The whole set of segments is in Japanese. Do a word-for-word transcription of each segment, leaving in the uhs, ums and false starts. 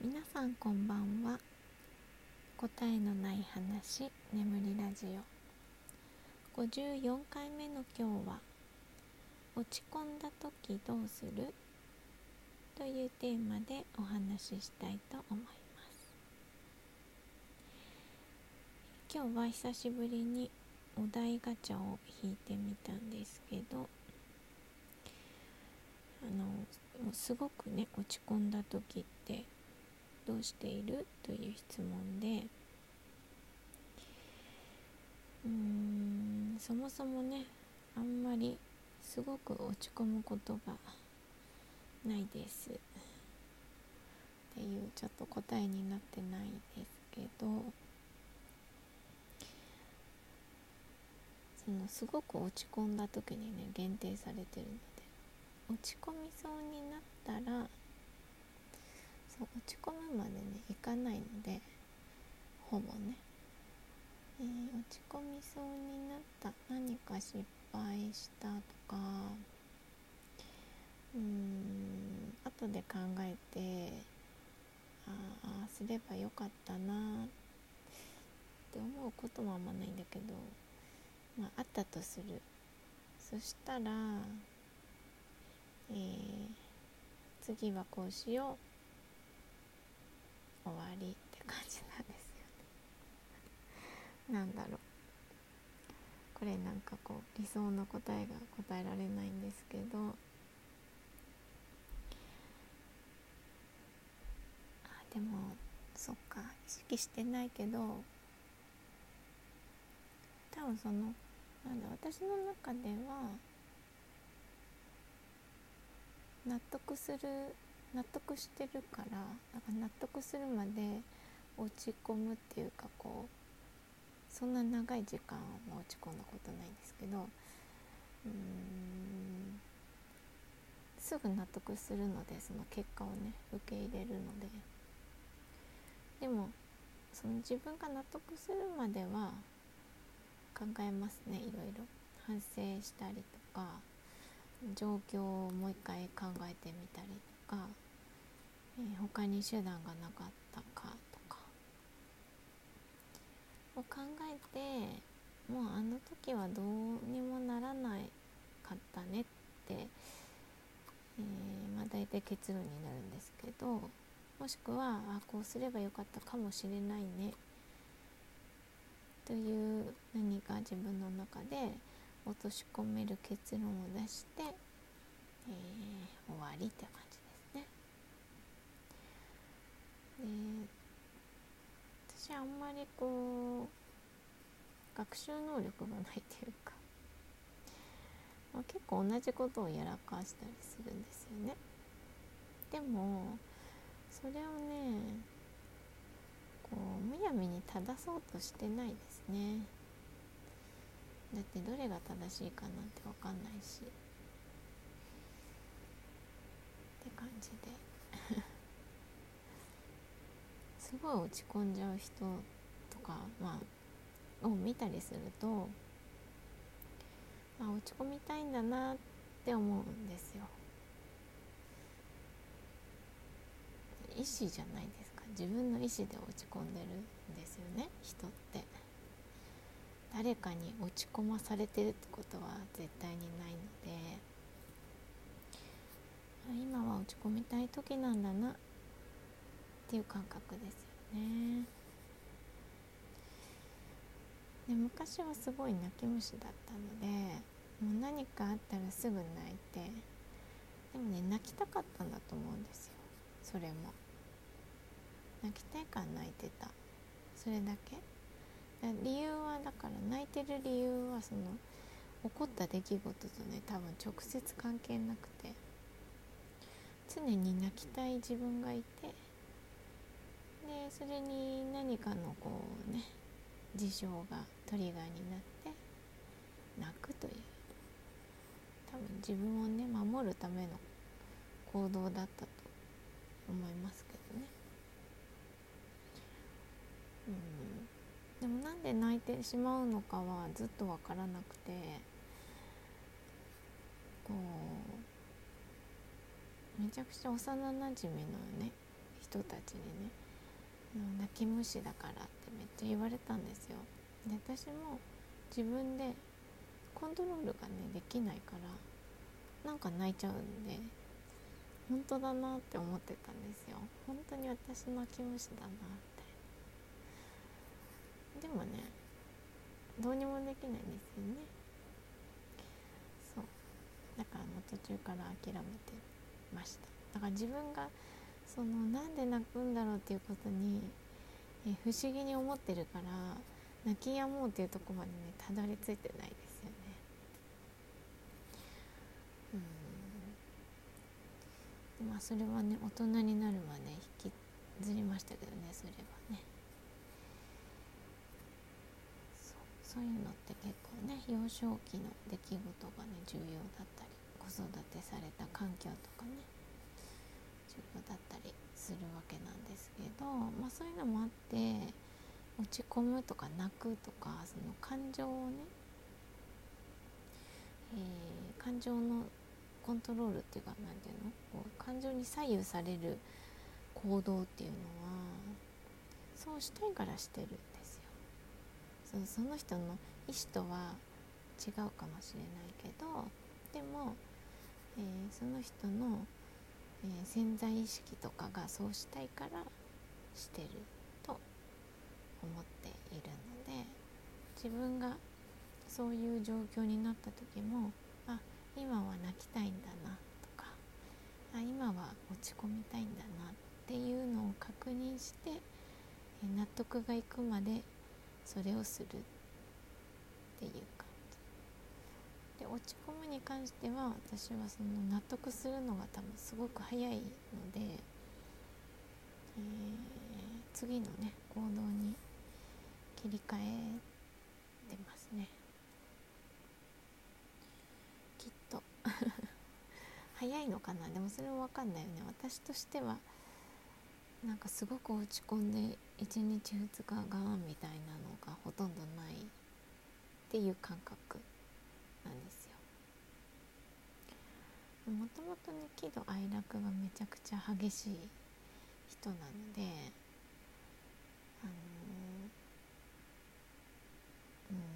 皆さんこんばんは。答えのない話、眠りラジオごじゅうよんかいめの今日は、落ち込んだ時どうするというテーマでお話ししたいと思います。今日は久しぶりにお題ガチャを引いてみたんですけど、あのもうすごくね落ち込んだ時ってどうしているという質問で、うーんそもそもねあんまりすごく落ち込むことがないですっていうちょっと答えになってないですけど、そのすごく落ち込んだ時にね限定されてるので、落ち込みそうになったらそう落ち込むまでねいかないので、ほぼね、えー、落ち込みそうになった、何か失敗したとか、うーん後で考えてああすればよかったなって思うこともあんまないんだけど、まああったとする。そしたら、えー、次はこうしよう、終わりって感じなんですよね。なんだろう、これなんかこう理想の答えが答えられないんですけど、あでもそっか、意識してないけど多分そのなんだ私の中では納得する納得してるから、なんか納得するまで落ち込むっていうか、こうそんな長い時間も落ち込んだことないんですけど、うーんすぐ納得するので、その結果をね受け入れるので、でもその自分が納得するまでは考えますね。いろいろ反省したりとか、状況をもう一回考えてみたりとか、えー、他に手段がなかったかとかを考えて、もうあの時はどうにもならないかったねって、えー、まあ大体結論になるんですけど、もしくはあこうすればよかったかもしれないねという何か自分の中で落とし込める結論を出して、えー、終わりって感じですね。で私はあんまりこう学習能力がないというか、まあ、結構同じことをやらかしたりするんですよね。でもそれをねこうむやみに正そうとしてないですね。だってどれが正しいかなんて分かんないしって感じですごい落ち込んじゃう人とか、まあ、を見たりすると、まあ、落ち込みたいんだなって思うんですよ。意思じゃないですか。自分の意思で落ち込んでるんですよね、人って。誰かに落ち込まされてるってことは絶対にないので、今は落ち込みたい時なんだなっていう感覚ですよね。で昔はすごい泣き虫だったので、もう何かあったらすぐ泣いて、でもね泣きたかったんだと思うんですよ。それも泣きたいから泣いてた、それだけ。理由はだから泣いてる理由はその起こった出来事とね多分直接関係なくて、常に泣きたい自分がいて、でそれに何かのこうね事象がトリガーになって泣くという、多分自分をね守るための行動だったと思いますけどね。うんでもなんで泣いてしまうのかはずっと分からなくて、こうめちゃくちゃ幼なじみのね人人たちにね、泣き虫だからってめっちゃ言われたんですよ。で私も自分でコントロールがねできないからなんか泣いちゃうんで、本当だなって思ってたんですよ。本当に私泣き虫だなって。でもねどうにもできないんですよね。そうだからもう途中から諦めてました。だから自分がそのなんで泣くんだろうっていうことにえ不思議に思ってるから、泣き止もうっていうところまでねたどり着いてないですよね。うん。まあそれはね大人になるまで引きずりましたけどね、それはね。そう、そういうのって結構ね幼少期の出来事がね重要だったり、子育てされた環境とかね重要だったりするわけなんですけど、まあそういうのもあって落ち込むとか泣くとか、その感情をね、えー、感情のコントロールっていうか、なんていうの、こう感情に左右される行動っていうのはそうしたいからしてるんですよ。その、その人の意思とは違うかもしれないけど、でも、えー、その人の、えー、潜在意識とかがそうしたいからしてると思っているので、自分がそういう状況になった時も、あ、今は泣きたいんだなとか、あ、今は落ち込みたいんだなっていうのを確認して、納得がいくまでそれをするっていう感じで、落ち込むに関しては私はその納得するのが多分すごく早いので、えー、次のね行動に切り替えてますね、きっと早いのかな。でもそれも分かんないよね。私としてはなんかすごく落ち込んでいちにちふつかガーンみたいなのがほとんどないっていう感覚なんですよ。もともとね喜怒哀楽がめちゃくちゃ激しい人なので、あのー、うん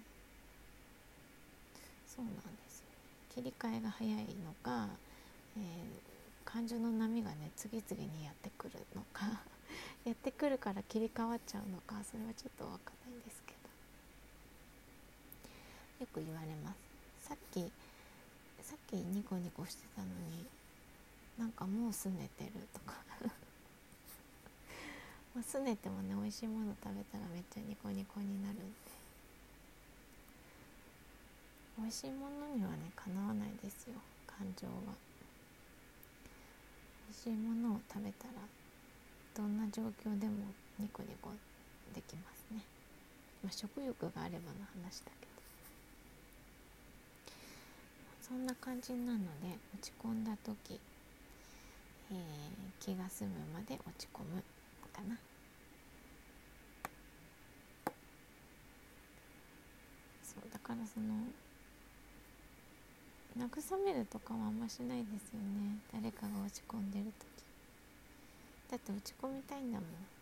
そうなんですよ。切り替えが早いのか、えー、感情の波がね次々にやってくるのかやってくるから切り替わっちゃうのか、それはちょっと分かんないんですけど、よく言われます。さっきさっきニコニコしてたのになんかもうすねてるとかまあすねてもね美味しいもの食べたらめっちゃニコニコになるんで、美味しいものにはねかなわないですよ、感情は。美味しいものを食べたらどんな状況でもニコニコできますね。まあ、食欲があればの話だけど、そんな感じなので落ち込んだ時、えー、気が済むまで落ち込むかな。そうだからその慰めるとかはあんましないですよね、誰かが落ち込んでる時。だって落ち込みたいんだもん。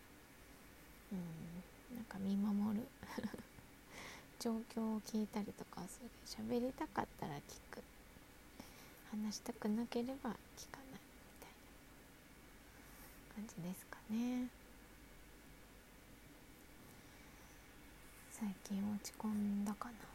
うん、なんか見守る状況を聞いたりとかする。喋りたかったら聞く、話したくなければ聞かないみたいな感じですかね。最近落ち込んだかな。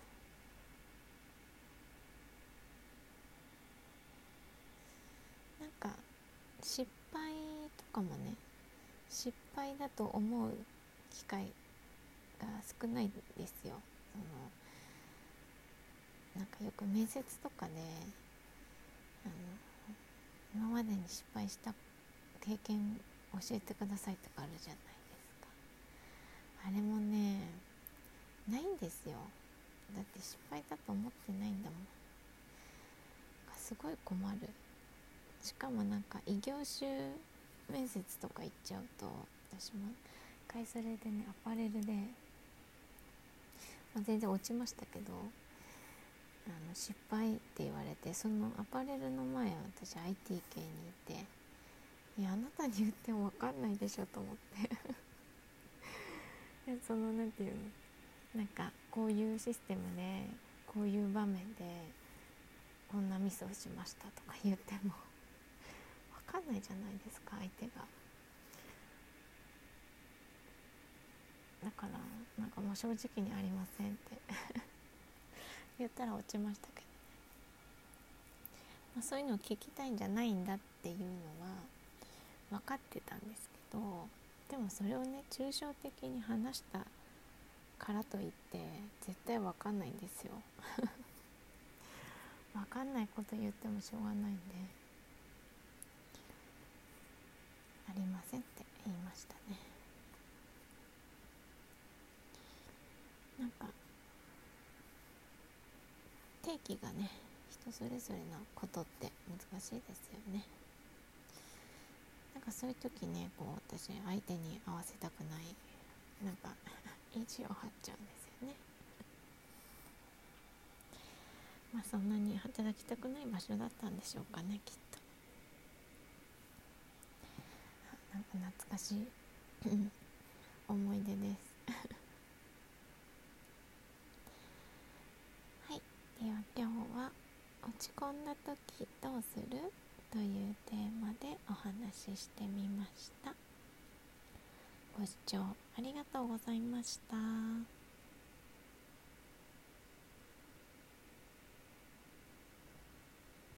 なんか失敗とかもね、失敗だと思う機会が少ないですよ。そのなんかよく面接とかで、あの今までに失敗した経験教えてくださいとかあるじゃないですか。あれもねないんですよ。だって失敗だと思ってないんだもん。すごい困る。しかもなんか異業種面接とか行っちゃうと、私も一回それでねアパレルで、まあ、全然落ちましたけど、あの失敗って言われて、そのアパレルの前は私 アイティー 系にいて、えいやあなたに言っても分かんないでしょと思ってでそのなんていうの、なんかこういうシステムでこういう場面でこんなミスをしましたとか言っても分かんないじゃないですか、相手が。だからなんかもう正直にありませんって言ったら落ちましたけどね、まあ、そういうのを聞きたいんじゃないんだっていうのは分かってたんですけど、でもそれをね抽象的に話したからといって絶対分かんないんですよ分かんないこと言ってもしょうがないんで、ありませんって言いましたね。なんか定義がね人それぞれのことって難しいですよね。なんかそういう時ねこう私相手に合わせたくないなんか意地を張っちゃうんですよね。まあそんなに働きたくない場所だったんでしょうかね、きっと。なんか懐かしい思い出ですはい、では今日は落ち込んだ時どうするというテーマでお話ししてみました。ご視聴ありがとうございました。